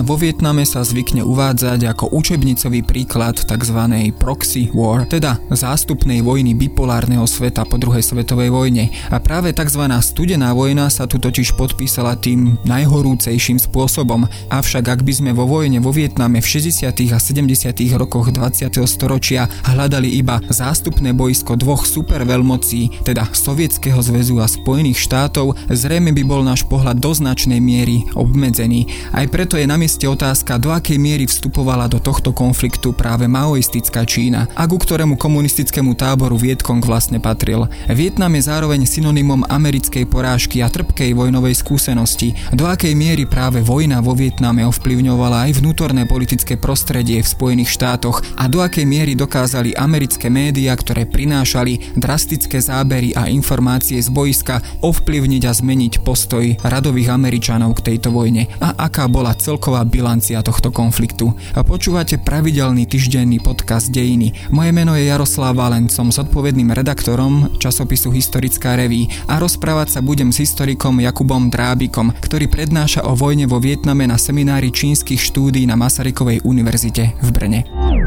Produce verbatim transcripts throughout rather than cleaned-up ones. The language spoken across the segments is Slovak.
vo Vietname sa zvykne uvádzať ako učebnicový príklad tzv. Proxy war, teda zástupnej vojny bipolárneho sveta po druhej svetovej vojne. A práve tzv. Studená vojna sa tu totiž podpísala tým najhorúcejším spôsobom. Avšak ak by sme vo vojne vo Vietname v šesťdesiatych a sedemdesiatych rokoch dvadsiateho storočia hľadali iba zástupné boisko dvoch superveľmocí, teda Sovietskeho zväzu a Spojených štátov, zrejme by bol náš pohľad do značnej miery obmedzený. Aj preto je na mieste otázka, do akej miery vstupovala do tohto konfliktu práve maoistická Čína a ku ktorému komunistickému táboru Vietkong vlastne patril. Vietnam je zároveň synonymom americkej porážky a trpkej vojnovej skúsenosti. Do akej miery práve vojna vo Vietname ovplyvňovala aj vnútorné politické prostredie v Spojených štátoch a do akej miery dokázali americké médiá, ktoré prinášali drastické zábery a informácie z boiska, ovplyvniť a zmeniť postoj radových Američanov k tejto vojne a aká bola celková bilancia tohto konfliktu. A počúvate pravidelný týždenný podcast Dejiny. Moje meno je Jaroslav Valent, som zodpovedným redaktorom časopisu Historická reví a rozprávať sa budem s historikom Jakubom Drábikom, ktorý prednáša o vojne vo Vietname na seminári čínskych štúdií na Masarykovej univerzite v Brne.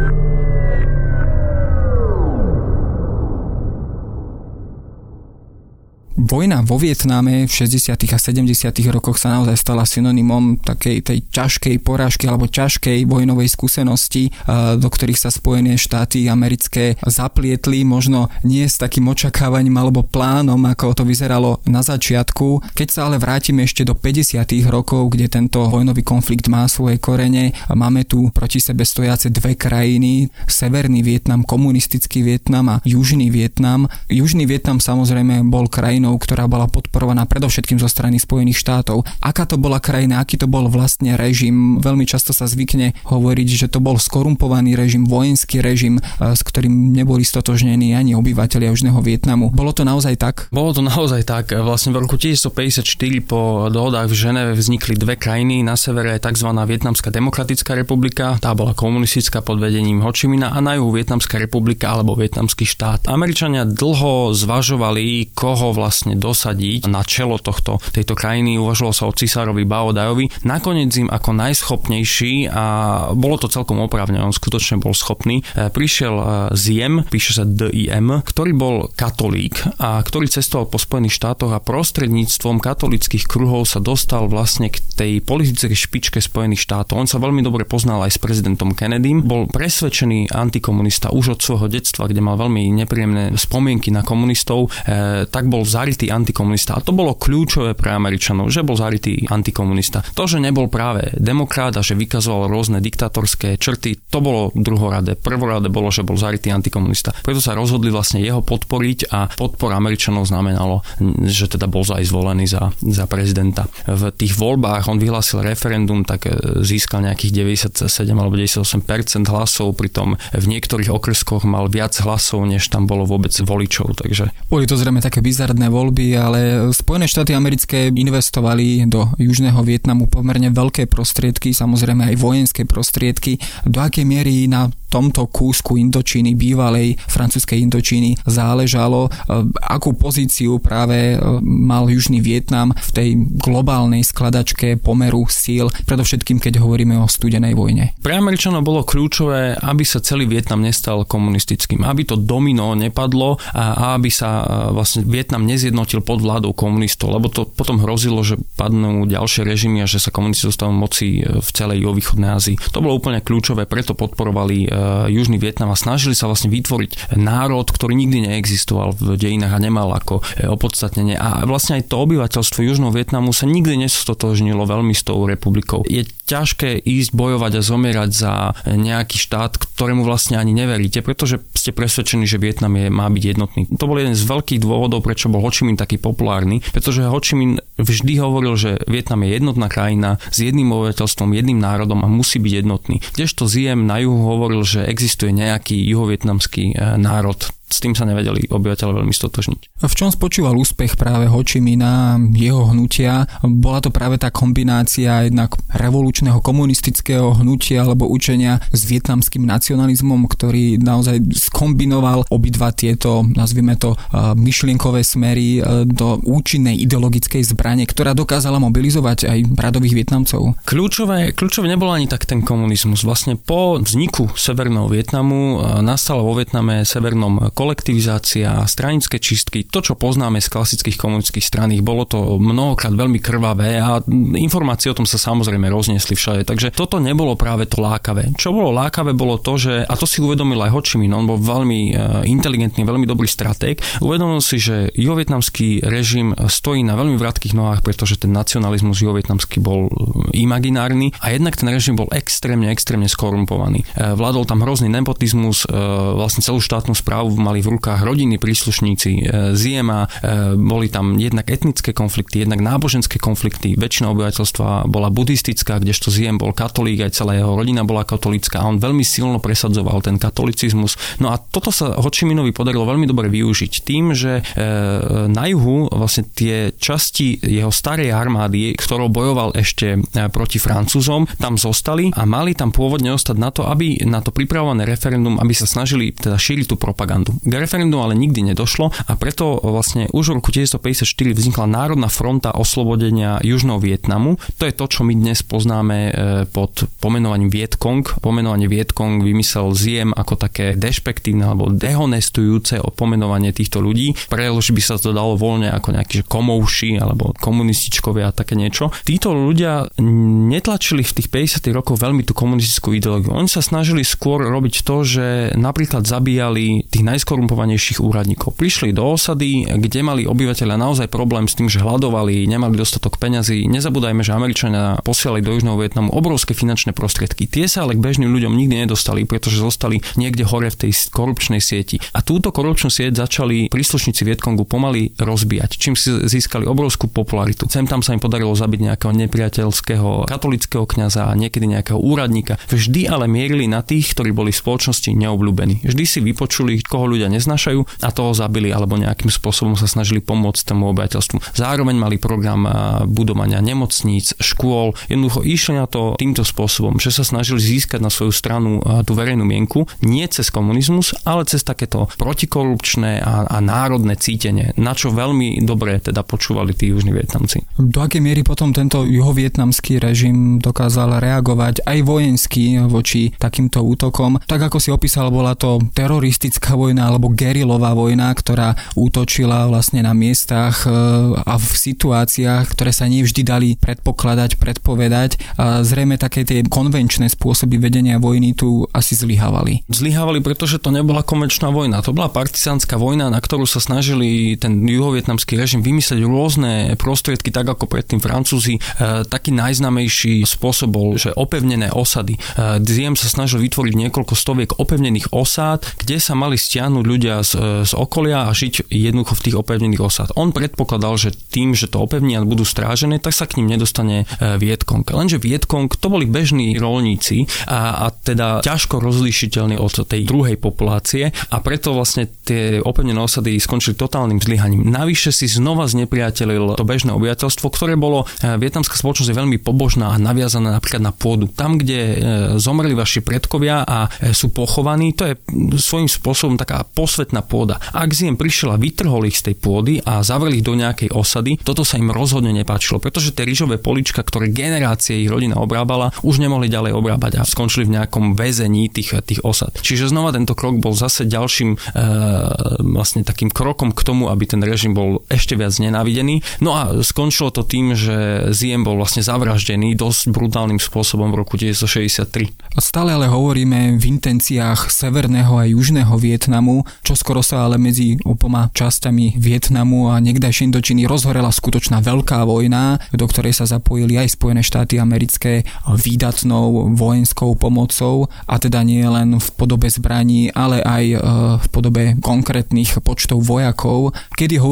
Vojna vo Vietname v šesťdesiatych a sedemdesiatych rokoch sa naozaj stala synonymom takej tej ťažkej porážky alebo ťažkej vojnovej skúsenosti, do ktorých sa Spojené štáty americké zaplietli, možno nie s takým očakávaním alebo plánom, ako to vyzeralo na začiatku. Keď sa ale vrátime ešte do päťdesiatych rokov, kde tento vojnový konflikt má svoje korene, máme tu proti sebe stojace dve krajiny, Severný Vietnam, komunistický Vietnam a Južný Vietnam. Južný Vietnam samozrejme bol krajinou, ktorá bola podporovaná predovšetkým zo strany Spojených štátov. Aká to bola krajina, aký to bol vlastne režim? Veľmi často sa zvykne hovoriť, že to bol skorumpovaný režim, vojenský režim, s ktorým neboli stotožnení ani obyvatelia Južného Vietnamu. Bolo to naozaj tak? Bolo to naozaj tak. Vlastne v roku devätnásťstopäťdesiatštyri po dohodách v Ženeve vznikli dve krajiny. Na severe je tzv. Vietnamská demokratická republika, tá bola komunistická pod vedením Ho Chi Mina, a na juhu Vietnamská republika alebo Vietnamský štát. Američania dlho zvažovali, koho vlastne vlastne dosadiť na čelo tohto, tejto krajiny. Uvažovalo sa o cisárovi Bao Dajovi. Nakoniec im ako najschopnejší, a bolo to celkom oprávne, on skutočne bol schopný, prišiel Diem, píše sa D I M, ktorý bol katolík a ktorý cestoval po Spojených štátoch a prostredníctvom katolíckych kruhov sa dostal vlastne k tej politickej špičke Spojených štátov. On sa veľmi dobre poznal aj s prezidentom Kennedym. Bol presvedčený antikomunista už od svojho detstva, kde mal veľmi nepríjemné spomienky na komunistov, e, tak bol zarytý antikomunista. A to bolo kľúčové pre Američanov, že bol zarytý antikomunista. To, že nebol práve demokrat a že vykazoval rôzne diktatorské črty, to bolo druhoradé. Prvoradé bolo, že bol zarytý antikomunista. Preto sa rozhodli vlastne jeho podporiť a podpora Američanov znamenalo, že teda bol aj zvolený za, za prezidenta. V tých voľbách on vyhlásil referendum, tak získal nejakých deväťdesiatsedem alebo deväťdesiatosem percent hlasov, pritom v niektorých okrskoch mal viac hlasov, než tam bolo vôbec voličov. Takže boli to zrejme také bizarné voľby, ale Spojené štáty americké investovali do Južného Vietnamu pomerne veľké prostriedky, samozrejme aj vojenské prostriedky. Do akej miery na tomto kúsku Indočíny, bývalej francúzskej Indočíny, záležalo, akú pozíciu práve mal Južný Vietnam v tej globálnej skladačke pomeru síl, predovšetkým keď hovoríme o studenej vojne. Pre Američanov bolo kľúčové, aby sa celý Vietnam nestal komunistickým, aby to domino nepadlo a aby sa vlastne Vietnam nezjednotil pod vládou komunistov, lebo to potom hrozilo, že padnú ďalšie režimy a že sa komunisti dostanú moci v celej juhovýchodnej Ázii. To bolo úplne kľúčové, preto podporovali Južný Vietnam a snažili sa vlastne vytvoriť národ, ktorý nikdy neexistoval v dejinách a nemal ako opodstatnenie. A vlastne aj to obyvateľstvo Južného Vietnamu sa nikdy nestotožnilo veľmi s tou republikou. Je ťažké ísť bojovať a zomierať za nejaký štát, ktorému vlastne ani neveríte, pretože ste presvedčení, že Vietnam je, má byť jednotný. To bol jeden z veľkých dôvodov, prečo bol Ho Chi Minh taký populárny, pretože Ho Chi Minh vždy hovoril, že Vietnam je jednotná krajina s jedným obyvateľstvom, jedným národom a musí byť jednotný. Kdežto Diem na juhu hovoril, že existuje nejaký juhovietnamský národ, s tým sa nevedeli obyvateľe veľmi stotožniť. V čom spočíval úspech práve Ho Chi Minha, jeho hnutia? Bola to práve tá kombinácia jednak revolučného komunistického hnutia alebo učenia s vietnamským nacionalizmom, ktorý naozaj skombinoval obidva tieto, nazvime to, myšlienkové smery do účinnej ideologickej zbrane, ktorá dokázala mobilizovať aj radových Vietnamcov. Kľúčové, kľúčové nebolo ani tak ten komunizmus. Vlastne po vzniku Severného Vietnamu nastala vo Vietname severnom kolektivizácia, stranické čistky, to, čo poznáme z klasických komunistických strán. Bolo to mnohokrát veľmi krvavé a informácie o tom sa samozrejme rozniesli všade. Takže toto nebolo práve to lákavé. Čo bolo lákavé, bolo to, že, a to si uvedomil aj Ho Chi Minh, on bol veľmi inteligentný, veľmi dobrý stratég. Uvedomil si, že juhovietnamský režim stojí na veľmi vratkých nohách, pretože ten nacionalizmus juhovietnamský bol imaginárny a jednak ten režim bol extrémne, extrémne skorumpovaný. Vládol tam hrozný nepotizmus, vlastne celú štátnu správu mali v rukách rodinní príslušníci Ziema, boli tam jednak etnické konflikty, jednak náboženské konflikty. Väčšina obyvateľstva bola buddhistická, kdežto Ziem bol katolík, aj celá jeho rodina bola katolícka a on veľmi silno presadzoval ten katolicizmus. No a toto sa Ho Chi Minhovi podarilo veľmi dobre využiť tým, že na juhu vlastne tie časti jeho starej armády, ktorou bojoval ešte proti Francúzom, tam zostali a mali tam pôvodne ostať na to, aby na to pripravované referendum, aby sa snažili teda šíriť tú propagandu. K referendum ale nikdy nedošlo a preto vlastne už v roku devätnásťstopäťdesiatštyri vznikla Národná fronta oslobodenia Južného Vietnamu. To je to, čo my dnes poznáme pod pomenovaním Vietkong. Pomenovanie Vietkong vymyslel Ziem ako také dešpektívne alebo dehonestujúce pomenovanie týchto ľudí. Preložiť by sa to dalo voľne ako nejaký komouši alebo komunističkovia a také niečo. Títo ľudia netlačili v tých päťdesiatych rokoch veľmi tú komunistickú ideológiu. Oni sa snažili skôr robiť to, že napríklad zabíjali tých najskorumpovanejších úradníkov. Prišli do osady, kde mali obyvateľia naozaj problém s tým, že hladovali, nemali dostatok peňazí. Nezabúdajme, že Američania posielali do Južného Vietnamu obrovské finančné prostriedky. Tie sa ale k bežným ľuďom nikdy nedostali, pretože zostali niekde hore v tej korupčnej sieti. A túto korupčnú sieť začali príslušníci Vietkongu pomaly rozbíjať, čím si získali obrovskú popularitu. Sem tam sa im podarilo zabiť nejakého nepriateľského katolického kňaza a niekedy nejakého úradníka. Vždy ale mierili na tých, ktorí boli v spoločnosti neobľúbení. Vždy si vypočuli, koho ľudia neznášajú a toho zabili alebo nejakým spôsobom sa snažili pomôcť tomu obyvateľstvu. Zároveň mali program budovania nemocníc, škôl. Jednoducho išli na to týmto spôsobom, že sa snažili získať na svoju stranu tú verejnú mienku nie cez komunizmus, ale cez takéto protikorupčné a, a národné cítenie, na čo veľmi dobre teda počúvali tí južní Vietnamci. Do akej miery potom tento juhovietnamský režim dokázal reagovať aj vojensky voči takýmto útokom? Tak ako si opísal, bola to teroristická vojna alebo gerilová vojna, ktorá útočila vlastne na miestach a v situáciách, ktoré sa nevždy dali predpokladať, predpovedať. A zrejme také tie konvenčné spôsoby vedenia vojny tu asi zlyhávali. Zlyhávali, pretože to nebola konvenčná vojna. To bola partizánska vojna, na ktorú sa snažili ten juhovietnamský režim vymyslieť rôzne prostriedky, tak ako predtým Francúzi. E, taký najznámejší spôsob bol, že opevnené osady. E, Ziem sa snažil vytvoriť niekoľko stoviek opevnených osád, kde sa mali stiahnuť ľudia z, z okolia a žiť jednoducho v tých opevnených osád. On predpokladal, že tým, že to opevnia budú strážené, tak sa k ním nedostane Vietkong. Lenže Vietkong to boli bežní roľníci a, a teda ťažko rozlíšiteľní od tej druhej populácie a preto vlastne tie opevnené osady skončili totálnym zlyhaním. Navyše si znova znepriatelil to bežné obyvateľstvo, ktoré bolo, vietnamská spoločnosť je veľmi pobožná a naviazaná napríklad na pôdu. Tam, kde zomreli vaši predkovia a sú pochovaní, to je svojím spôsobom taká posvetná pôda. Ak Ziem prišiel a vytrhol ich z tej pôdy a zavrel ich do nejakej osady, toto sa im rozhodne nepáčilo, pretože tie ryžové polička, ktoré generácie ich rodina obrábala, už nemohli ďalej obrábať a skončili v nejakom väzení tých, tých osad. Čiže znova tento krok bol zase ďalším e, vlastne takým krokom k tomu, aby ten režim bol ešte viac nenávidený. No a skončilo to tým, že Ziem bol vlastne zavraždený dosť brutálnym spôsobom v roku devätnásťstošesťdesiattri. Stále ale hovoríme v intenciách severného a južného Vietnamu, čo skoro sa ale medzi oboma časťami Vietnamu a niekdajšej Indočíny rozhorela skutočná veľká vojna, do ktorej sa zapojili aj Spojené štáty americké výdatnou vojenskou pomocou, a teda nie len v podobe zbraní, ale aj v podobe konkrétnych počtov vojakov. Kedy hovoríme alebo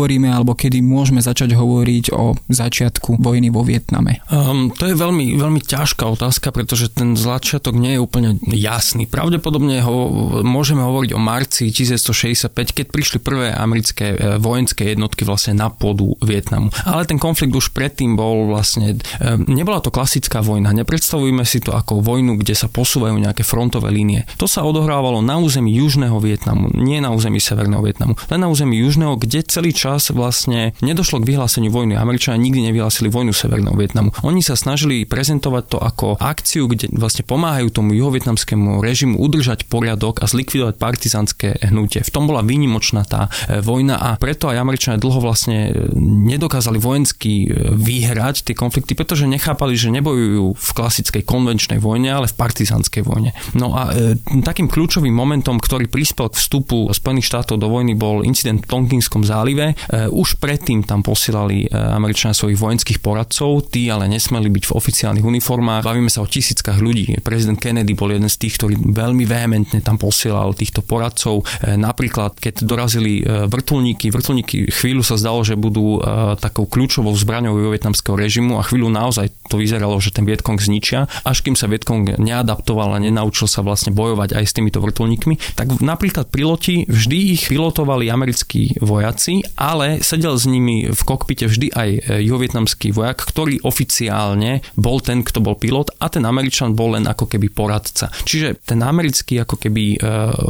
alebo kedy môžeme začať hovoriť o začiatku vojny vo Vietname? Um, to je veľmi, veľmi ťažká otázka, pretože ten začiatok nie je úplne jasný. Pravdepodobne ho môžeme hovoriť o marci devätnásťstošesťdesiatpäť, keď prišli prvé americké vojenské jednotky vlastne na pôdu Vietnamu. Ale ten konflikt už predtým bol vlastne, nebola to klasická vojna. Nepredstavujme si to ako vojnu, kde sa posúvajú nejaké frontové línie. To sa odohrávalo na území južného Vietnamu, nie na území severného Vietnamu, len na území južného, kde celý čas vlastne nedošlo k vyhláseniu vojny. Američania nikdy nevyhlásili vojnu severného Vietnamu. Oni sa snažili prezentovať to ako akciu, kde vlastne pomáhajú tomu juhovietnamskému režimu udržať poriadok a zlikvidovať partizánske hnutie. V tom bola výnimočná tá vojna a preto aj Američania dlho vlastne nedokázali vojensky vyhrať tie konflikty, pretože nechápali, že nebojujú v klasickej konvenčnej vojne, ale v partizánskej vojne. No a e, takým kľúčovým momentom, ktorý prispel k vstupu Spojených štátov do vojny, bol incident v Tonkinskom zálive. E, už predtým tam posielali e, Američania svojich vojenských poradcov, tí ale nesmeli byť v oficiálnych uniformách. Bavíme sa o tisíckach ľudí. Prezident Kennedy bol jeden z tých, ktorý veľmi vehementne tam posielal týchto poradcov. E, napríklad, keď dorazili e, vrtuľníky, vrtuľníky chvíľu sa zdalo, že budú e, takou kľúčovou zbraňou vietnamského režimu a chvíľu naozaj to vyzeralo, že ten Vietkong zničia, až kým sa Vietkong neadaptoval a nenaučil sa vlastne bojovať aj s týmito vrtuľníkmi. Tak napríklad piloti vždy ich pilotovali americkí vojaci, ale sedel s nimi v kokpite vždy aj juhovietnamský vojak, ktorý oficiálne bol ten, kto bol pilot a ten Američan bol len ako keby poradca. Čiže ten americký ako keby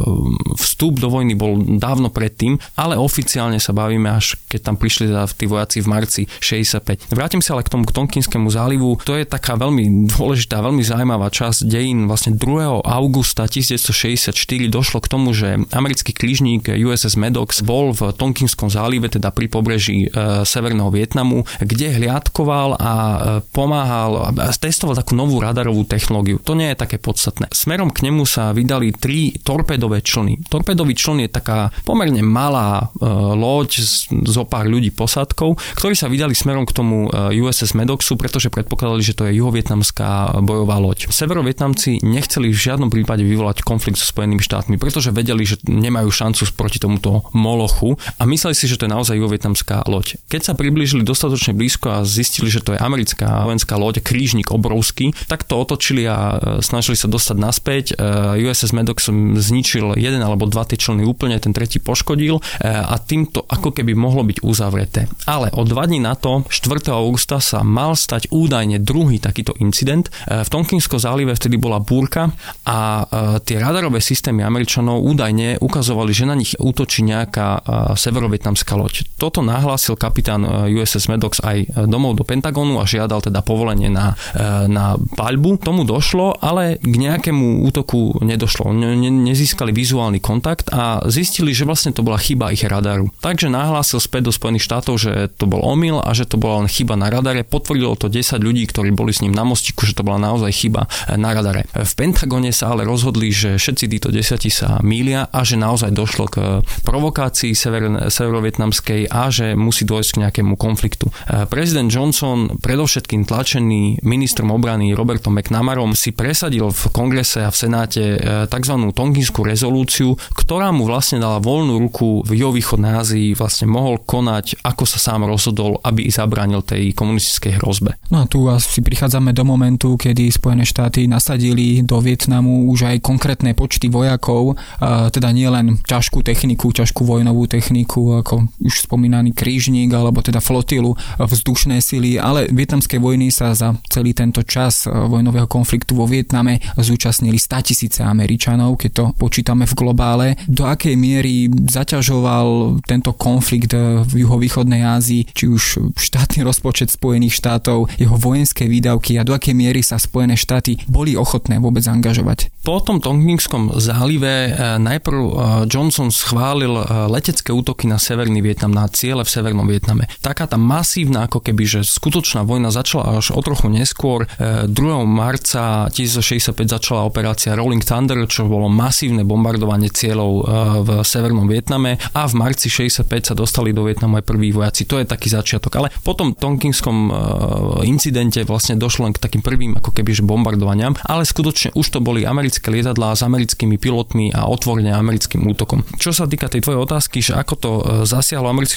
vstup do vojny bol dávno predtým, ale oficiálne sa bavíme až keď tam prišli tí vojaci v marci šesťdesiatpäť. Vrátim sa ale k tomu k Tonkinskému zálivu. To je taká veľmi dôležitá, veľmi zaujímavá časť dejín. Vlastne druhého augusta devätnásťstošesťdesiatštyri došlo k tomu, že americký krížnik ú es es Maddox bol v Tonkinskom zálive, teda pri pobreží e, severného Vietnamu, kde hliadkoval a e, pomáhal a testoval takú novú radarovú technológiu. To nie je také podstatné. Smerom k nemu sa vydali tri torpédové člny. Torpédový čln je taká pomerne malá e, loď z, zo pár ľudí posádkou, ktorí sa vydali smerom k tomu ú es es Maddoxu, pretože predpokladali, že to je juhovietnamská bojová loď. Severovietnamci nechceli v žiadnom prípade vyvolať konflikt so Spojenými štátmi, pretože vedeli, že nemajú šancu proti tomuto molochu a mysleli si, že to je naozaj juhovietnamská loď. Keď sa priblížili dostatočne blízko a zistili, že to je americká vojenská loď, krížnik obrovský, tak to otočili a snažili sa dostať naspäť. ú es es Maddox zničil jeden alebo dva tie člny úplne, ten tretí poškodil a týmto ako keby mohlo byť uzavreté. Ale o dva dní na to, štvrtého augusta sa mal stať údajne druhý takýto incident. V Tonkinskom zálive vtedy bola búrka a tie radarové systémy Američanov údajne ukazovali, že na nich útočí nejaká severovietnamská loď. Toto nahlásil kapitán ú es es Maddox aj domov do Pentagonu a žiadal teda povolenie na, na paľbu. Tomu došlo, ale k nejakému útoku nedošlo. Ne, nezískali vizuálny kontakt a zistili, že vlastne to bola chyba ich radaru. Takže nahlásil späť do Spojených štátov, že to bol omyl a že to bola len chyba na radare. Potvrdilo to desať ľudí, ktorí boli s ním na mostiku, že to bola naozaj chyba na radare. V Pentagone sa ale rozhodli, že všetci títo desiatí sa mýlia a že naozaj došlo k provokácii sever, severovietnamskej a že musí dôjsť k nejakému konfliktu. Prezident Johnson, predovšetkým tlačený ministrom obrany Robertom McNamarom, si presadil v kongrese a v senáte tzv. Tonkinskú rezolúciu, ktorá mu vlastne dala voľnú ruku v juhovýchodnej Ázii, vlastne mohol konať, ako sa sám rozhodol, aby zabránil tej komunistickej hrozbe. No a tu asi prichádzame do momentu, kedy Spojené štáty nasadili do Vietnamu už aj konkrétne počty vojakov, teda nie len ťažkú techniku, ťažkú vojnovú techniku, ako už spomínaný krížnik, alebo teda flotilu, vzdušné sily, ale vietnamskej vojny sa za celý tento čas vojnového konfliktu vo Vietname zúčastnili státisíce Američanov, keď to počítame v globále. Do akej miery zaťažoval tento konflikt v juhovýchodnej Ázii, či už štátny rozpočet Spojených štátov, jeho vojenské výdavky a do akej miery sa Spojené štáty boli ochotné vôbec angažovať? Po tom Tonkinskom zálive najprv Johnson schválil letecké útoky na severný Vietnam, na ciele v severnom Vietname. Taká tá masívna, ako keby, že skutočná vojna začala až o trochu neskôr. druhého marca devätnásťstošesťdesiatpäť začala operácia Rolling Thunder, čo bolo masívne bombardovanie cieľov v severnom Vietname a v marci šesťdesiatpäť sa dostali do Vietnamu aj prví vojaci. To je taký začiatok. Ale po tom Tonkinskom incidente vlastne došlo len k takým prvým ako keby, že bombardovaniam, ale skutočne už to boli americké lietadlá s americkými pilotmi a otvorene americkým útokom. Čo sa týka tej tvojej otázky, že ako to zasiahlo amerických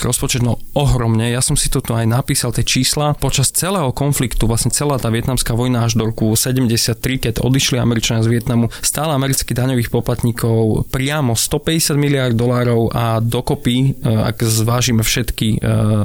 vojenský rozpočet, no ohromne. Ja som si to tu aj napísal, tie čísla. Počas celého konfliktu, vlastne celá tá vietnamská vojna až do roku sedemdesiattri, keď odišli Američania z Vietnamu, stále amerických daňových poplatníkov priamo stopäťdesiat miliárd dolárov a dokopy, ak zvážime všetky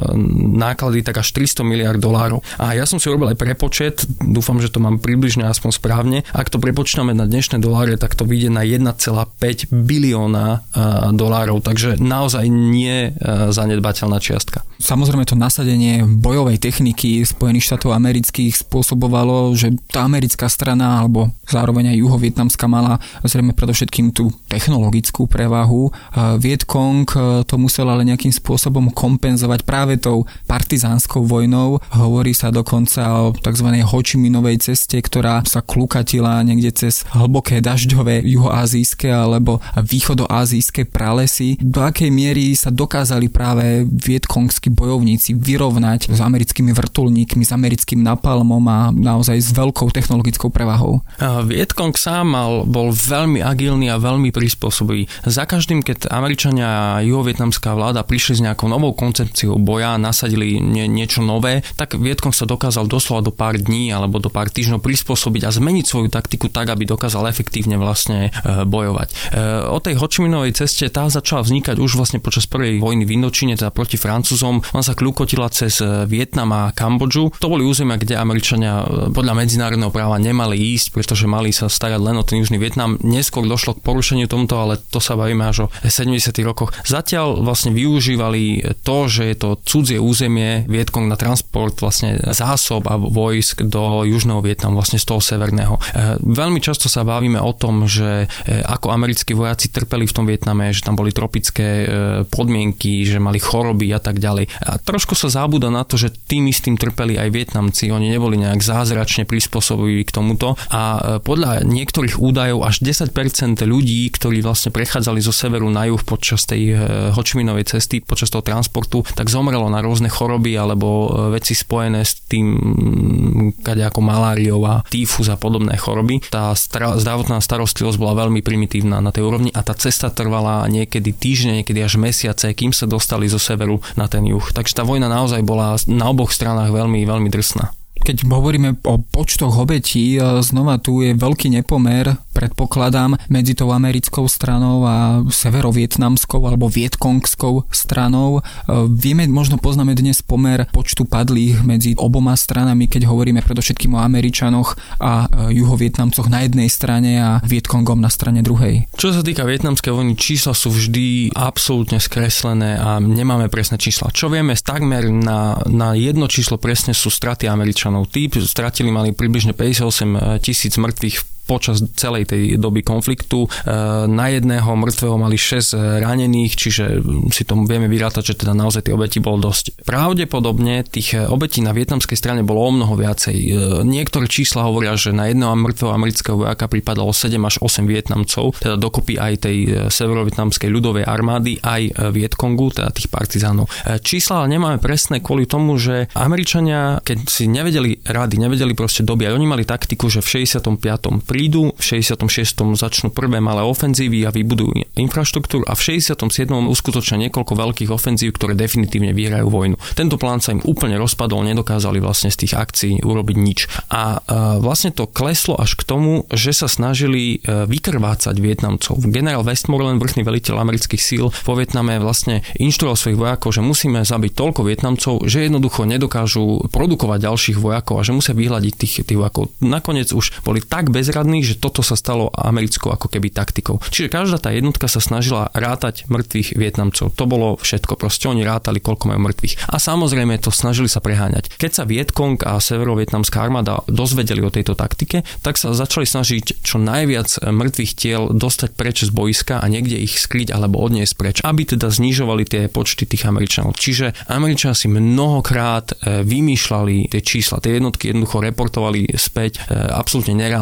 náklady, tak až tristo miliárd dolárov. A ja som si urobil aj prepočet, dúfam, že to mám približne aspoň správne. Ak to prepočítame na dnešné doláre, tak to vyjde na jeden celá päť bilióna dolárov, takže naozaj nie zanedbateľná čiastka. Samozrejme to nasadenie bojovej techniky Spojených štátov amerických spôsobovalo, že tá americká strana alebo zároveň aj juhovietnamská mala zrejme predovšetkým tú technologickú prevahu. Vietkong to musel ale nejakým spôsobom kompenzovať práve tou partizánskou vojnou. Hovorí sa dokonca o tzv. Ho Chi Minovej ceste, ktorá sa klukatila niekde cez hlboké dažďové juhoazijské alebo východoazijské pralesy. Do akej miery sa dokázali práve vietkongskí bojovníci vyrovnať s americkými vrtuľníkmi, s americkým napalmom a naozaj s veľkou technologickou prevahou? Vietkong sám mal, bol veľmi agilný a veľmi prispôsobivý. Za každým, keď Američania a juhovietnamská vláda prišli s nejakou novou koncepciou boja, nasadili nie, niečo nové, tak Vietkong sa dokázal doslova do pár dní alebo do pár týždňov prispôsobiť a zmeniť svoju taktiku tak, aby dokázal efektívne vlastne bojovať. O tej Ho Chi Minovej ceste tá začala vznikať už vlastne počas prvej vojny v Indočíne, teda proti Francúzom. Ona sa kľukotila cez Vietnam a Kambodžu. To boli územia, kde Američania podľa medzinárodného práva nemali ísť, pretože mali sa starať len o ten južný Vietnam. Neskôr došlo k porušeniu tomuto, ale to sa bavíme až o sedemdesiatych rokoch. Zatiaľ vlastne využívali to, že je to cudzie územie Vietkong na transport vlastne zásob a vojsk do južného Vietnamu, vlastne z toho severného. Veľmi často sa bavíme o tom, že ako americkí vojaci trpeli v tom Vietname, že tam boli tropické podmienky, že mali choroby a tak ďalej. A trošku sa zabúda na to, že tým istým trpeli aj Vietnamci. Oni neboli nejak zázračne prispôsobiví k tomuto a podľa niektorých údajov až desať percent ľudí, ktorí vlastne prechádzali zo severu na juh počas tej Ho Chi Minovej cesty, počas toho transportu, tak zomrelo na rôzne choroby alebo veci spojené s tým kadejakou maláriou a týfus a podobné choroby. Tá stra- zdravotná starostlivosť bola veľmi primitívna na tej úrovni a tá cesta trvala niekedy týždne, niekedy až mesiace, kým sa dostali zo severu na ten juh. Takže tá vojna naozaj bola na oboch stranách veľmi, veľmi drsná. Keď hovoríme o počtoch obetí, znova tu je veľký nepomer, predpokladám, medzi tou americkou stranou a severovietnamskou alebo vietkongskou stranou. Vieme, možno poznáme dnes pomer počtu padlých medzi oboma stranami, keď hovoríme predovšetkým o Američanoch a juhovietnamcoch na jednej strane a Vietkongom na strane druhej. Čo sa týka vietnamskej vojny, čísla sú vždy absolútne skreslené a nemáme presné čísla. Čo vieme, takmer na, na jedno číslo presne sú straty Američanov. Tí stratili, mali približne päťdesiatosem tisíc mŕtvych počas celej tej doby konfliktu. Na jedného mŕtvého mali šesť ranených, čiže si to vieme vyrátať, že teda naozaj tie obeti bolo dosť. Pravdepodobne tých obetí na vietnamskej strane bolo o mnoho viacej. Niektoré čísla hovoria, že na jedného mŕtvého amerického vojaka pripadalo sedem až osem Vietnamcov, teda dokopy aj tej severovietnamskej ľudovej armády, aj Vietkongu, teda tých partizánov. Čísla ale nemáme presné kvôli tomu, že Američania, keď si nevedeli rady, nevedeli proste dobiať, oni mali taktiku, že v šesťdesiatom piatom prídu, v šesťdesiatom šiestom začnú prvé malé ofenzívy a vybudujú infraštruktúru a v šesťdesiatom siedmom uskutočnia niekoľko veľkých ofenzív, ktoré definitívne vyhrajú vojnu. Tento plán sa im úplne rozpadol, nedokázali vlastne z tých akcií urobiť nič. A vlastne to kleslo až k tomu, že sa snažili vykrvácať Vietnamcov. Generál Westmoreland, vrchný veliteľ amerických síl vo Vietname, vlastne inštruoval svojich vojakov, že musíme zabiť toľko Vietnamcov, že jednoducho nedokážu produkovať ďalších vojakov a že musia vyhľadiť tých, tých vojakov. Nakoniec už boli tak bezradní, že toto sa stalo americkou ako keby taktikou. Čiže každá tá jednotka sa snažila rátať mŕtvych Vietnamcov. To bolo všetko. Proste oni rátali, koľko majú mŕtvych. A samozrejme to snažili sa preháňať. Keď sa Vietkong a severovietnamská armáda dozvedeli o tejto taktike, tak sa začali snažiť čo najviac mŕtvych tiel dostať preč z boiska a niekde ich skryť alebo odniesť preč, aby teda znižovali tie počty tých Američanov. Čiže Američania si mnohokrát vymýšľali tie čísla. Tie jednotky jednoducho reportovali späť absolútne nereálne čísla.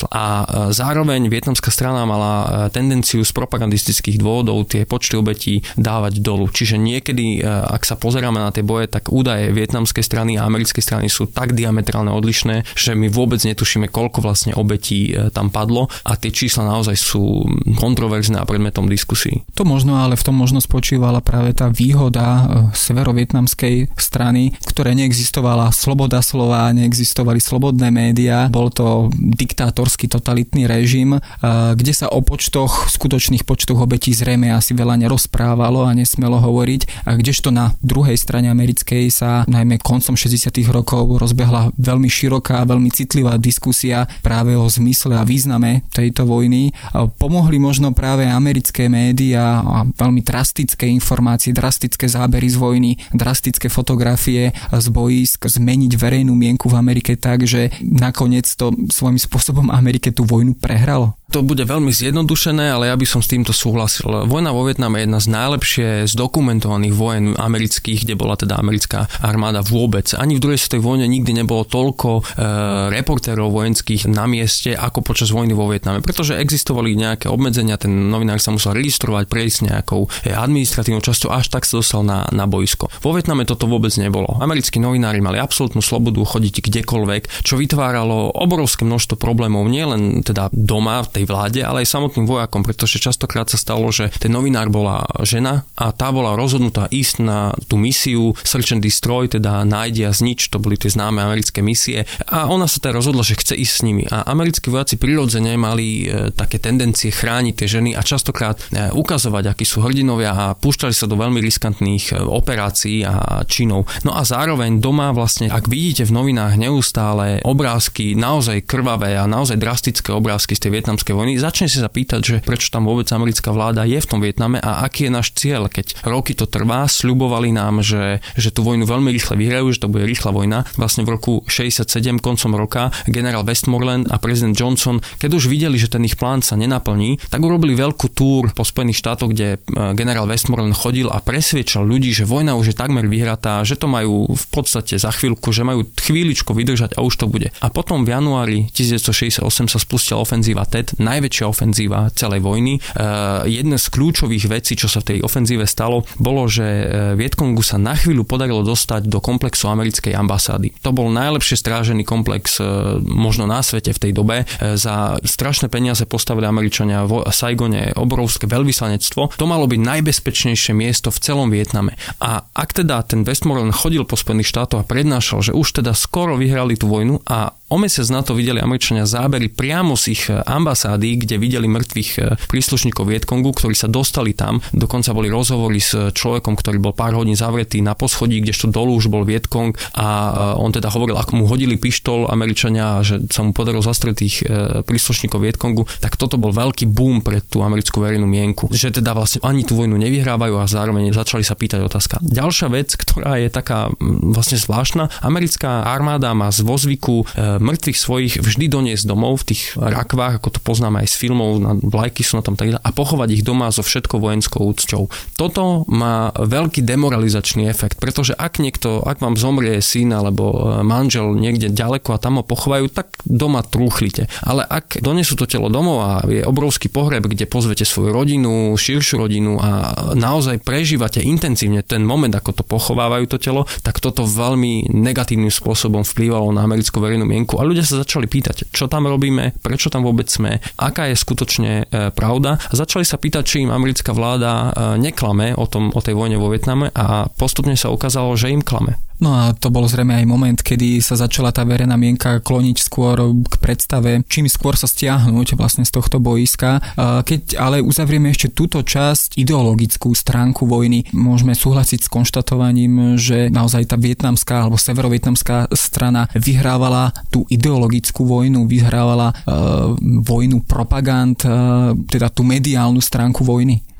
čísla. A zároveň vietnamská strana mala tendenciu z propagandistických dôvodov tie počty obetí dávať dolu. Čiže niekedy, ak sa pozeráme na tie boje, tak údaje vietnamskej strany a americkej strany sú tak diametrálne odlišné, že my vôbec netušíme, koľko vlastne obetí tam padlo a tie čísla naozaj sú kontroverzné a predmetom diskusí. To možno, ale v tom možno spočívala práve tá výhoda severovietnamskej strany, ktoré neexistovala sloboda slova, neexistovali slobodné médiá, bol to diktátorský totalitný režim, kde sa o počtoch, skutočných počtoch obetí zrejme asi veľa nerozprávalo a nesmelo hovoriť, a kdežto na druhej strane americkej sa najmä koncom šesťdesiatych rokov rozbehla veľmi široká a veľmi citlivá diskusia práve o zmysle a význame tejto vojny. Pomohli možno práve americké médiá a veľmi drastické informácie, drastické zábery z vojny, drastické fotografie z bojísk zmeniť verejnú mienku v Amerike tak, že nakoniec to svojím spôsobom Amerike tú vojnu prehralo. To bude veľmi zjednodušené, ale ja by som s týmto súhlasil. Vojna vo Vietname je jedna z najlepšie zdokumentovaných vojen amerických, kde bola teda americká armáda vôbec. Ani v druhej svetovej vojne nikdy nebolo toľko e, reportérov vojenských na mieste ako počas vojny vo Vietname, pretože existovali nejaké obmedzenia, ten novinár sa musel registrovať, prejsť nejakou administratívnou časťou, až tak sa dostal na, na boisko. Vo Vietname toto vôbec nebolo. Americkí novinári mali absolútnu slobodu chodiť kdekoľvek, čo vytváralo obrovské množstvo problémov, nielen teda doma v tej vláde, ale aj samotným vojakom, pretože častokrát sa stalo, že ten novinár bola žena a tá bola rozhodnutá ísť na tú misiu Search and Destroy, teda nájdi a znič, to boli tie známe americké misie, a ona sa teda rozhodla, že chce ísť s nimi. A americkí vojaci prirodzene mali e, také tendencie chrániť tie ženy a častokrát e, ukazovať, akí sú hrdinovia, a púšťali sa do veľmi riskantných e, operácií a činov. No a zároveň doma vlastne, ak vidíte v novinách neustále obrázky naozaj krvavé a naozaj drastické obrázky z tej vietnamskej vojny, začne si sa pýtať, že prečo tam vôbec americká vláda je v tom Vietname a aký je náš cieľ, keď roky to trvá, sľubovali nám, že, že tú vojnu veľmi rýchle vyhrajú, že to bude rýchla vojna. Vlastne v roku šesťdesiatsedem, koncom roka, generál Westmoreland a prezident Johnson, keď už videli, že ten ich plán sa nenaplní, tak urobili veľkú túr po Spojených štátoch, kde generál Westmoreland chodil a presviečal ľudí, že vojna už je takmer vyhratá, že to majú v podstate za chvíľku, že majú chvíľičku vydržať a už to bude. A potom v januári devätnásťstošesťdesiatosem sa spustila ofenzíva té é té, najväčšia ofenzíva celej vojny. Uh, jedna z kľúčových vecí, čo sa v tej ofenzíve stalo, bolo, že Vietkongu sa na chvíľu podarilo dostať do komplexu americkej ambasády. To bol najlepšie strážený komplex uh, možno na svete v tej dobe. Uh, za strašné peniaze postavili Američania v Saigone obrovské veľvyslanectvo. To malo byť najbezpečnejšie miesto v celom Vietname. A ak teda ten Westmoreland chodil po Spojených štátoch a prednášal, že už teda skoro vyhrali tú vojnu, a o mesiac na to videli Američania zábery priamo z ich ambasády, kde videli mŕtvych príslušníkov Vietkongu, ktorí sa dostali tam. Dokonca boli rozhovory s človekom, ktorý bol pár hodín zavretý na poschodí, kdežto dolu už bol Vietkong, a on teda hovoril, ako mu hodili pištol Američania, že sa mu podarilo zastreliť tých príslušníkov Vietkongu, tak toto bol veľký boom pre tú americkú verejnú mienku. Že teda vlastne ani tú vojnu nevyhrávajú a zároveň začali sa pýtať otázka. Ďalšia vec, ktorá je taká vlastne zvláštna, americká armáda má z vozvyku mŕtvych svojich vždy doniesť domov v tých rakvách, ako to poznáme aj z filmov, na vlajky sú na tom tak, a pochovať ich doma so všetkou vojenskou úcťou. Toto má veľký demoralizačný efekt, pretože ak niekto, ak vám zomrie syn alebo manžel niekde ďaleko a tam ho pochovajú, tak doma trúchlite. Ale ak donesú to telo domov a je obrovský pohreb, kde pozvete svoju rodinu, širšiu rodinu a naozaj prežívate intenzívne ten moment, ako to pochovávajú to telo, tak toto veľmi negatívnym spôsobom vplývalo na americkú verejnú mienku. A ľudia sa začali pýtať, čo tam robíme, prečo tam vôbec sme, aká je skutočne e, pravda. A začali sa pýtať, či im americká vláda e, neklame o, tom, o tej vojne vo Vietname, a postupne sa ukázalo, že im klame. No a to bol zrejme aj moment, kedy sa začala tá verejná mienka kloniť skôr k predstave, čím skôr sa stiahnuť vlastne z tohto boiska. Keď ale uzavrieme ešte túto časť, ideologickú stránku vojny, môžeme súhlasiť s konštatovaním, že naozaj tá vietnamská alebo severovietnamská strana vyhrávala tú ideologickú vojnu, vyhrávala uh, vojnu propagand, uh, teda tú mediálnu stránku vojny.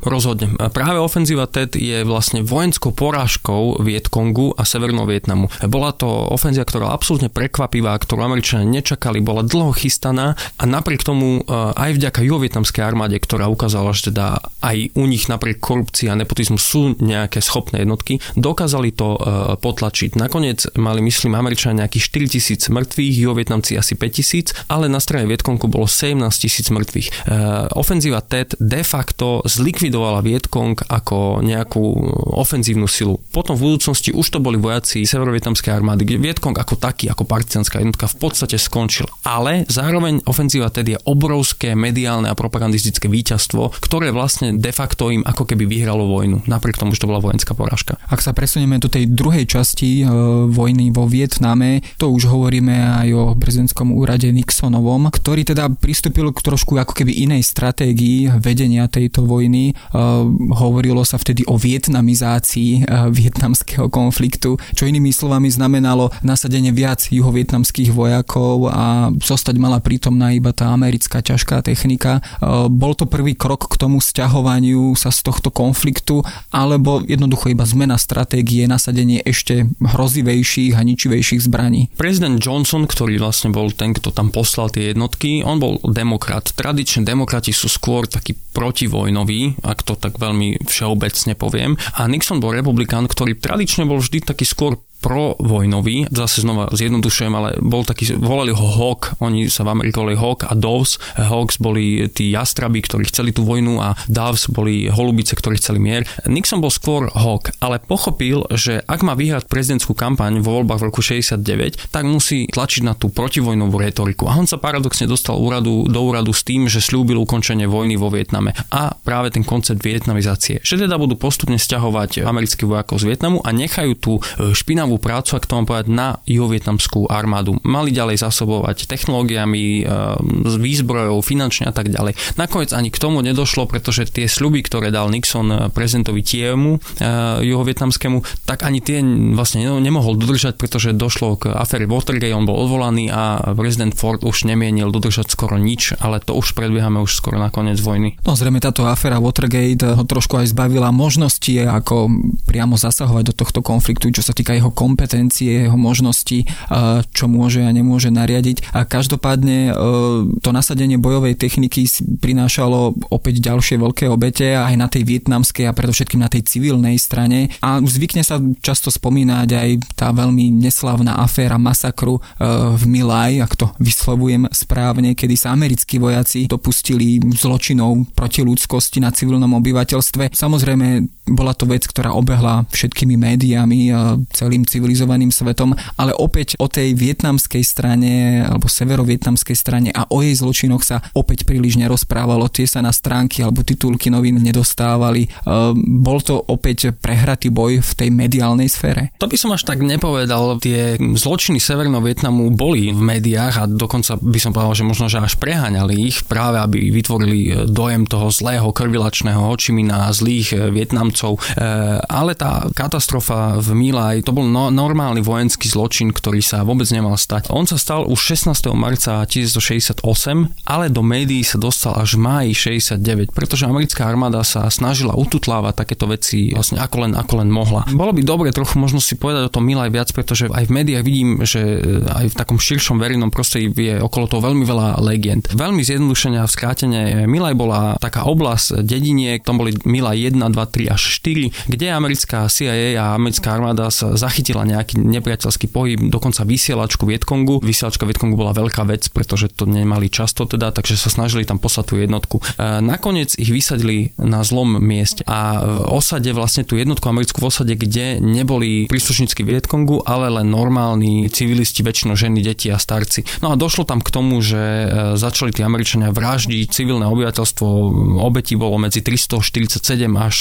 Rozhodne. Práve ofenzíva Tet je vlastne vojenskou porážkou Vietkongu a Severného Vietnamu. Bola to ofenzíva, ktorá absolútne prekvapivá, ktorú Američania nečakali, bola dlho chystaná a napriek tomu aj vďaka juhovietnamskej armáde, ktorá ukázala, že teda aj u nich napriek korupcii a nepotizmu sú nejaké schopné jednotky, dokázali to potlačiť. Nakoniec mali, myslím, Američania nejakých štyritisíc mŕtvych, juhovietnamci asi päťtisíc, ale na strane Vietkongu bolo sedemnásťtisíc mŕtvych. Ofenzíva Tet de facto zlikvidovala Vietkong ako nejakú ofenzívnu silu. Potom v budúcnosti už to boli vojaci severovietnamskej armády, kde Vietkong ako taký, ako partizánská jednotka v podstate skončil. Ale zároveň ofenzíva Tet je obrovské mediálne a propagandistické víťazstvo, ktoré vlastne de facto im ako keby vyhralo vojnu, napriek tomu, že to bola vojenská porážka. Ak sa presunieme do tej druhej časti e, vojny vo Vietname, to už hovoríme aj o prezidentskom úrade Nixonovom, ktorý teda pristúpil k trošku ako keby inej stratégii vedenia tejto vojny. Uh, hovorilo sa vtedy o vietnamizácii uh, vietnamského konfliktu, čo inými slovami znamenalo nasadenie viac juhovietnamských vojakov a zostať mala prítomná iba tá americká ťažká technika. Uh, bol to prvý krok k tomu sťahovaniu sa z tohto konfliktu, alebo jednoducho iba zmena stratégie, nasadenie ešte hrozivejších a ničivejších zbraní? Prezident Johnson, ktorý vlastne bol ten, kto tam poslal tie jednotky, on bol demokrat. Tradične demokrati sú skôr takí protivojnoví, ak to tak veľmi všeobecne poviem. A Nixon bol republikán, ktorý tradične bol vždy taký skôr provojnový, zase znova zjednodušujem, ale bol taký, volali ho Hawk, oni sa v Amerike volali Hawk a Doves. Hawks boli tí jastraby, ktorí chceli tú vojnu a Doves boli holubice, ktorí chceli mier. Nixon bol skôr Hawk, ale pochopil, že ak má vyhrať prezidentskú kampaň vo voľbách v roku šesťdesiatdeväť, tak musí tlačiť na tú protivojnovú retoriku. A on sa paradoxne dostal úradu, do úradu s tým, že sľúbil ukončenie vojny vo Vietname a práve ten koncept vietnamizácie, že teda budú postupne sťahovať amerických vojakov z Vietnamu a nechajú tú špinavú prácu, ak to mám povedať, na juhovietnamskú armádu. Mali ďalej zásobovať technológiami, výzbrojou, finančne a tak ďalej. Nakoniec ani k tomu nedošlo, pretože tie sľuby, ktoré dal Nixon prezidentovi Thiemu juhovietnamskému, tak ani tie vlastne nemohol dodržať, pretože došlo k afére Watergate, on bol odvolaný a prezident Ford už nemienil dodržať skoro nič, ale to už predbiehame už skoro na koniec vojny. No zrejme táto aféra Watergate ho trošku aj zbavila možnosti, ako priamo zasahovať do tohto konfliktu, čo sa týka jeho kompetencie, jeho možnosti, čo môže a nemôže nariadiť. A každopádne to nasadenie bojovej techniky prinášalo opäť ďalšie veľké obete aj na tej vietnamskej a predovšetkým na tej civilnej strane. A zvykne sa často spomínať aj tá veľmi neslávna aféra masakru v My Lai, ak to vyslovujem správne, kedy sa americkí vojaci dopustili zločinov proti ľudskosti na civilnom obyvateľstve. Samozrejme, bola to vec, ktorá obehla všetkými médiami a celým civilizovaným svetom, ale opäť o tej vietnamskej strane alebo severovietnamskej strane a o jej zločinoch sa opäť príliš nerozprávalo. Tie sa na stránky alebo titulky novín nedostávali. Bol to opäť prehratý boj v tej mediálnej sfére? To by som až tak nepovedal. Tie zločiny Severného Vietnamu boli v médiách a dokonca by som povedal, že možno, že až preháňali ich práve, aby vytvorili dojem toho zlého krvilačného Ho Chi Mina a zlých Vietnamcov. Ale tá katastrofa v My Lai, to bol no, normálny vojenský zločin, ktorý sa vôbec nemal stať. On sa stal už šestnásteho marca devätnásťstošesťdesiatosem, ale do médií sa dostal až v máji šesťdesiatdeväť, pretože americká armáda sa snažila ututlávať takéto veci vlastne ako len, ako len mohla. Bolo by dobre trochu možno si povedať o tom My Lai viac, pretože aj v médiách vidím, že aj v takom širšom verejnom prostredí je okolo toho veľmi veľa legend. Veľmi zjednodušene a v skrátene, My Lai bola taká oblasť dediniek, tam boli My Lai jeden, dva, tri až štyri, kde americká C I A a americká armáda sa zachytila nejaký nepriateľský pohyb, dokonca vysielačku Vietkongu. Vysielačka Vietkongu bola veľká vec, pretože to nemali často teda, takže sa snažili tam poslať tú jednotku. E, nakoniec ich vysadili na zlom mieste a v osade vlastne tú jednotku americkú v osade, kde neboli príslušníci Vietkongu, ale len normálni civilisti, väčšinou ženy, deti a starci. No a došlo tam k tomu, že začali tí Američania vraždiť civilné obyvateľstvo. Obetí bolo medzi tristoštyridsaťsedem až, až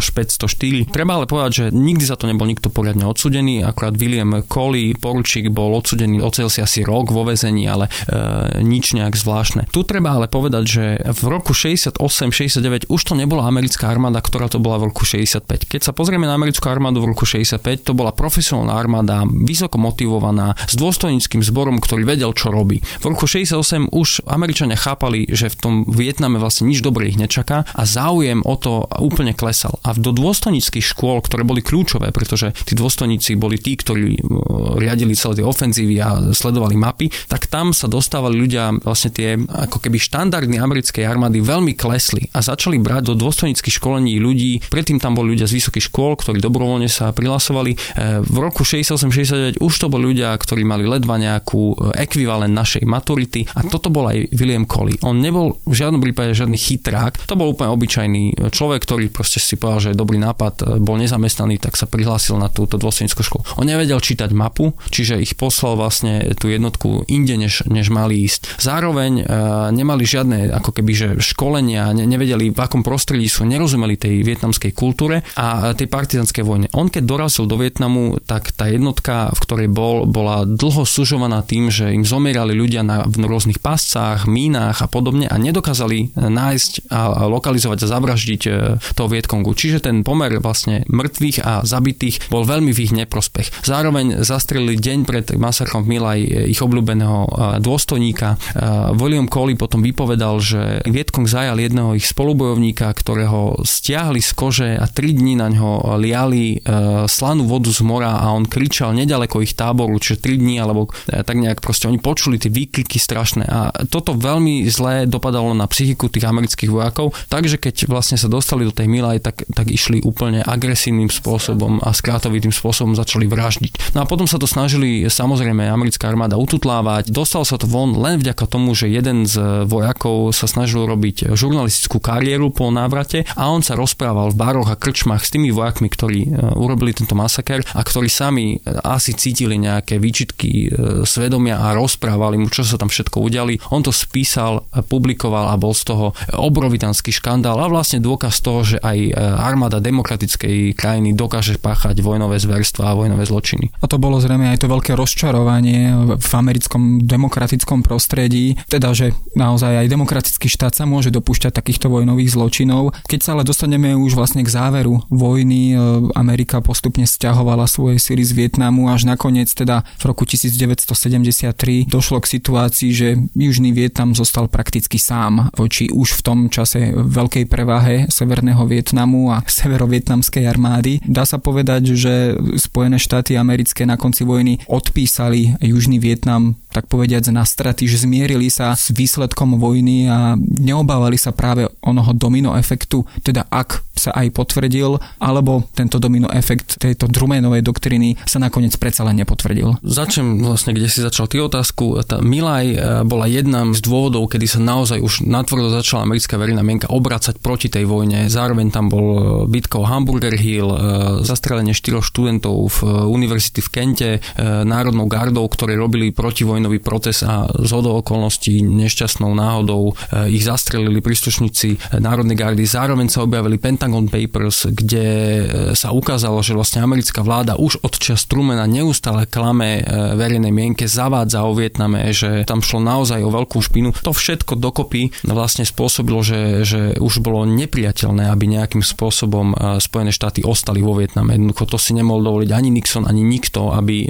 až päťstoštyri. Treba ale povedať, že nikdy za to nebol nikto poriadne odsúdený, akurát William Colley, poručík, bol odsudený, ocel si asi rok vo väzení, ale e, nič nejak zvláštne. Tu treba ale povedať, že v roku šesťdesiatosem šesťdesiatdeväť už to nebola americká armáda, ktorá to bola v roku šesťdesiatpäť. Keď sa pozrieme na americkú armádu v roku šesťdesiatpäť, to bola profesionálna armáda, vysoko motivovaná, s dôstojníckym zborom, ktorý vedel, čo robí. V roku šesťdesiatosem už Američania chápali, že v tom Vietname vlastne nič dobré ich nečaká a záujem o to úplne klesal. A do dôstojníckych škôl, ktoré boli kľúčové, pretože tí dôstojníci boli tí, ktorí riadili celé tie ofenzívy a sledovali mapy, tak tam sa dostávali ľudia, vlastne tie ako keby štandardy americkej armády veľmi klesli a začali brať do dôstojníckych školení ľudí. Predtým tam boli ľudia z vysokých škôl, ktorí dobrovoľne sa prihlasovali. V roku šesťdesiatosem šesťdesiatdeväť už to boli ľudia, ktorí mali ledva nejakú ekvivalent našej maturity a toto bol aj William Colley. On nebol v žiadnom prípade žiadny chytrák, to bol úplne obyčajný človek, ktorý proste si povedal, že je dobrý nápad, bol nezamestnaný, tak sa prihlásil na túto dôstojnícku školu. On nevedel čítať mapu, čiže ich poslal vlastne tú jednotku inde, než, než mali ísť. Zároveň e, nemali žiadne ako keby že školenia, ne, nevedeli v akom prostredí sú, nerozumeli tej vietnamskej kultúre a tej partizanskej vojne. On keď dorazil do Vietnamu, tak tá jednotka, v ktorej bol, bola dlho sužovaná tým, že im zomierali ľudia na v rôznych pascách, mínach a podobne a nedokázali nájsť a lokalizovať a zavraždiť toho Vietkongu. Čiže ten pomer vlastne mŕtvych a zabitých bol veľmi v ich neprospech. Zároveň zastrelili deň pred masakrom v Milaj ich obľúbeného dôstojníka. William Colley potom vypovedal, že Vietkong zajal jedného ich spolubojovníka, ktorého stiahli z kože a tri dni na ňo liali slanú vodu z mora a on kričal nedaleko ich táboru, čiže tri dni alebo tak nejak proste oni počuli tie výkriky strašné a toto veľmi zle dopadalo na psychiku tých amerických vojakov, takže keď vlastne sa dostali do tej Milaj, tak, tak išli úplne agresívnym spôsobom a skrátovitým spôsobom začali vraždiť. No a potom sa to snažili samozrejme americká armáda ututlávať. Dostal sa to von len vďaka tomu, že jeden z vojakov sa snažil robiť žurnalistickú kariéru po návrate a on sa rozprával v baroch a krčmách s tými vojakmi, ktorí urobili tento masaker a ktorí sami asi cítili nejaké výčitky svedomia a rozprávali mu, čo sa tam všetko udiali. On to spísal, publikoval a bol z toho obrovitánsky škandál a vlastne dôkaz toho, že aj armáda demokratickej krajiny dokáže páchať vojnové zverstva a vojnové zločiny. A to bolo zrejme aj to veľké rozčarovanie v americkom demokratickom prostredí, teda, že naozaj aj demokratický štát sa môže dopúšťať takýchto vojnových zločinov. Keď sa ale dostaneme už vlastne k záveru vojny, Amerika postupne sťahovala svoje sily z Vietnamu, až nakoniec teda v roku devätnásťsedemdesiattri došlo k situácii, že Južný Vietnam zostal prakticky sám voči už v tom čase veľkej prevahe Severného Vietnamu a severovietnamskej armády. Dá sa povedať, že Spojené štáty americké na konci vojny odpísali Južný Vietnam, tak povediac, na straty, že zmierili sa s výsledkom vojny a neobávali sa práve onoho domino efektu, teda ak sa aj potvrdil, alebo tento domino efekt tejto Trumanovej doktriny sa nakoniec predsa len nepotvrdil. Začnem vlastne, kde si začal ty otázku. Tá Milaj bola jedna z dôvodov, kedy sa naozaj už natvrdo začala americká verejná mienka obracať proti tej vojne. Zároveň tam bol bitka o Hamburger Hill, zastrelenie štyroch študentov v univerzity v Kente, národnou gardou, ktorí robili protivojnový proces a zhodou okolností nešťastnou náhodou ich zastrelili príslušníci národnej gardy. Zároveň sa objavili Pentagon Papers, kde sa ukázalo, že vlastne americká vláda už od čas Trumana neustále klame verejnej mienke, zavádza o Vietname, že tam šlo naozaj o veľkú špinu. To všetko dokopy vlastne spôsobilo, že, že už bolo nepriateľné, aby nejakým spôsobom Spojené štáty ostali vo Vietname. Jednoducho to si nemohol dovoliť ani Nixon, ani nikto, aby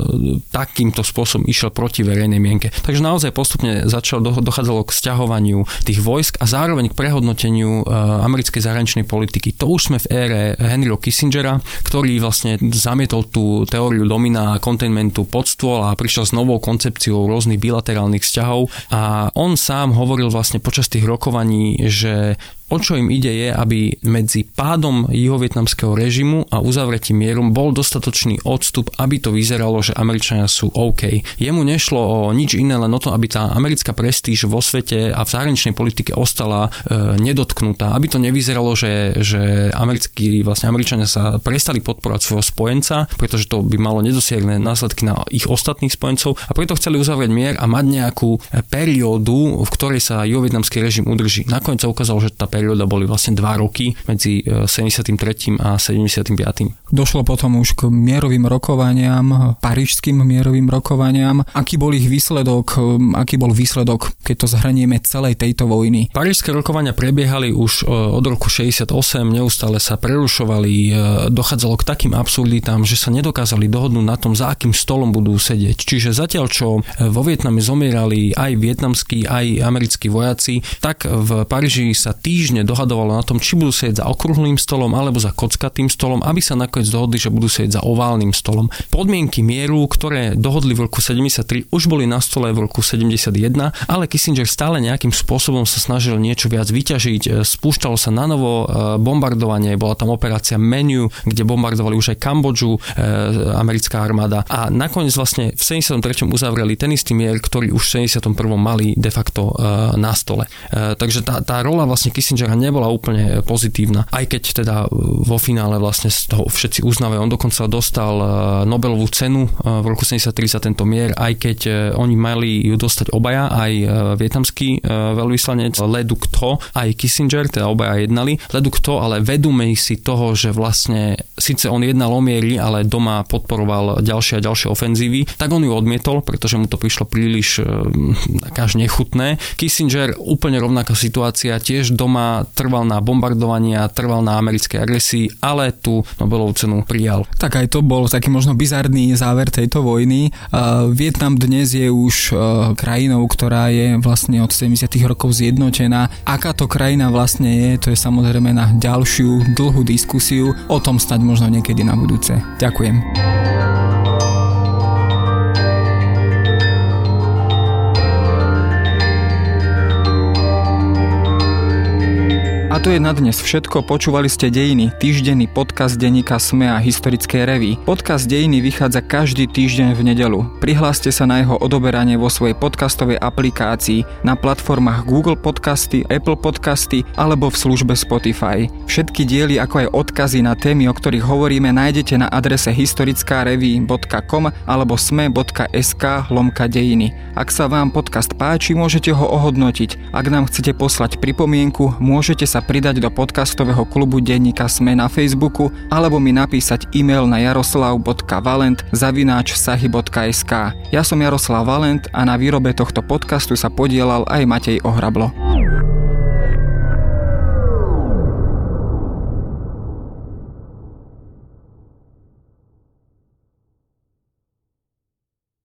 takýmto spôsobom išiel proti verejnej mienke. Takže naozaj postupne začalo, dochádzalo k sťahovaniu tých vojsk a zároveň k prehodnoteniu americkej zahraničnej politiky. To už sme v ére Henryho Kissingera, ktorý vlastne zamietol tú teóriu domina a containmentu pod stôl a prišiel s novou koncepciou rôznych bilaterálnych vzťahov a on sám hovoril vlastne počas tých rokovaní, že o čo im ide je, aby medzi pádom juhovietnamského režimu a uzavretím mierom bol dostatočný odstup, aby to vyzeralo, že Američania sú OK. Jemu nešlo o nič iné, len o to, aby tá americká prestíž vo svete a v zahraničnej politike ostala e, nedotknutá. Aby to nevyzeralo, že, že americkí, vlastne Američania sa prestali podporovať svojho spojenca, pretože to by malo nedosiahnuté následky na ich ostatných spojencov a preto chceli uzavrieť mier a mať nejakú periódu, v ktorej sa juhovietnamský režim udrží. Nakoniec sa ukázalo, že tá perióda boli vlastne dva roky medzi sedemdesiatym tretím a sedemdesiatym piatym Došlo potom už k mierovým rokovaniam, parížským mierovým rokovaniam. Aký bol ich výsledok, aký bol výsledok, keď to zhrnieme celej tejto vojny? Parížské rokovania prebiehali už od roku šesťdesiatosem, neustále sa prerušovali, dochádzalo k takým absurditám, že sa nedokázali dohodnúť na tom, za akým stolom budú sedieť. Čiže zatiaľ, čo vo Vietname zomierali aj vietnamskí, aj americkí vojaci, tak v Paríži sa týždne dohadovalo na tom, či budú sedieť za okrúhlym stolom alebo za kockatým stolom, aby sa nakoniec dohodli, že budú sedieť za oválnym stolom. Podmienky mieru, ktoré dohodli v roku sedemdesiattri, už boli na stole v roku sedemdesiatjeden, ale Kissinger stále nejakým spôsobom sa snažil niečo viac vyťažiť. Spúšťalo sa na novo bombardovanie, bola tam operácia Menu, kde bombardovali už aj Kambodžu, americká armáda. A nakoniec vlastne v sedemdesiatom treťom uzavreli ten istý mier, ktorý už v sedemdesiatom prvom mali de facto na stole. Takže tá, tá rola vlastne Kissingera nebola úplne pozitívna. Aj keď teda vo finále vlastne z toho všetci uznávajú. On dokonca dostal Nobelovú cenu v roku sedemdesiattri za tento mier, aj keď oni mali ju dostať obaja, aj vietnamský veľvyslanec Le Duc Tho, aj Kissinger, teda obaja jednali. Le Duc Tho ale vedomý si toho, že vlastne síce on jednal o mieri, ale doma podporoval ďalšie a ďalšie ofenzívy, tak on ju odmietol, pretože mu to prišlo príliš až nechutné. Kissinger, úplne rovnaká situácia, tiež doma trval na bombardovaní a trval na americkej agresii, ale tú Nobelovú cenu prijal. Tak aj to bol taký možno bizarný záver tejto vojny. Uh, Vietnam dnes je už uh, krajinou, ktorá je vlastne od sedemdesiatych rokov zjednotená. Aká to krajina vlastne je, to je samozrejme na ďalšiu dlhú diskusiu. O tom snáď možno niekedy na budúce. Ďakujem. A to je na dnes všetko. Počúvali ste Dejiny, týždenný podcast denníka SME a historickej revue. Podcast Dejiny vychádza každý týždeň v nedeľu. Prihláste sa na jeho odoberanie vo svojej podcastovej aplikácii na platformách Google Podcasty, Apple Podcasty alebo v službe Spotify. Všetky diely, ako aj odkazy na témy, o ktorých hovoríme, nájdete na adrese historickarevue bodka com alebo sme bodka es ká lomka dejiny. Ak sa vám podcast páči, môžete ho ohodnotiť. Ak nám chcete poslať pripomienku, môžete sa pridať do podcastového klubu denníka SME na Facebooku alebo mi napísať e-mail na jaroslav bodka valent zavináč sahy bodka es ká. Ja som Jaroslav Valent a na výrobe tohto podcastu sa podielal aj Matej Ohrablo.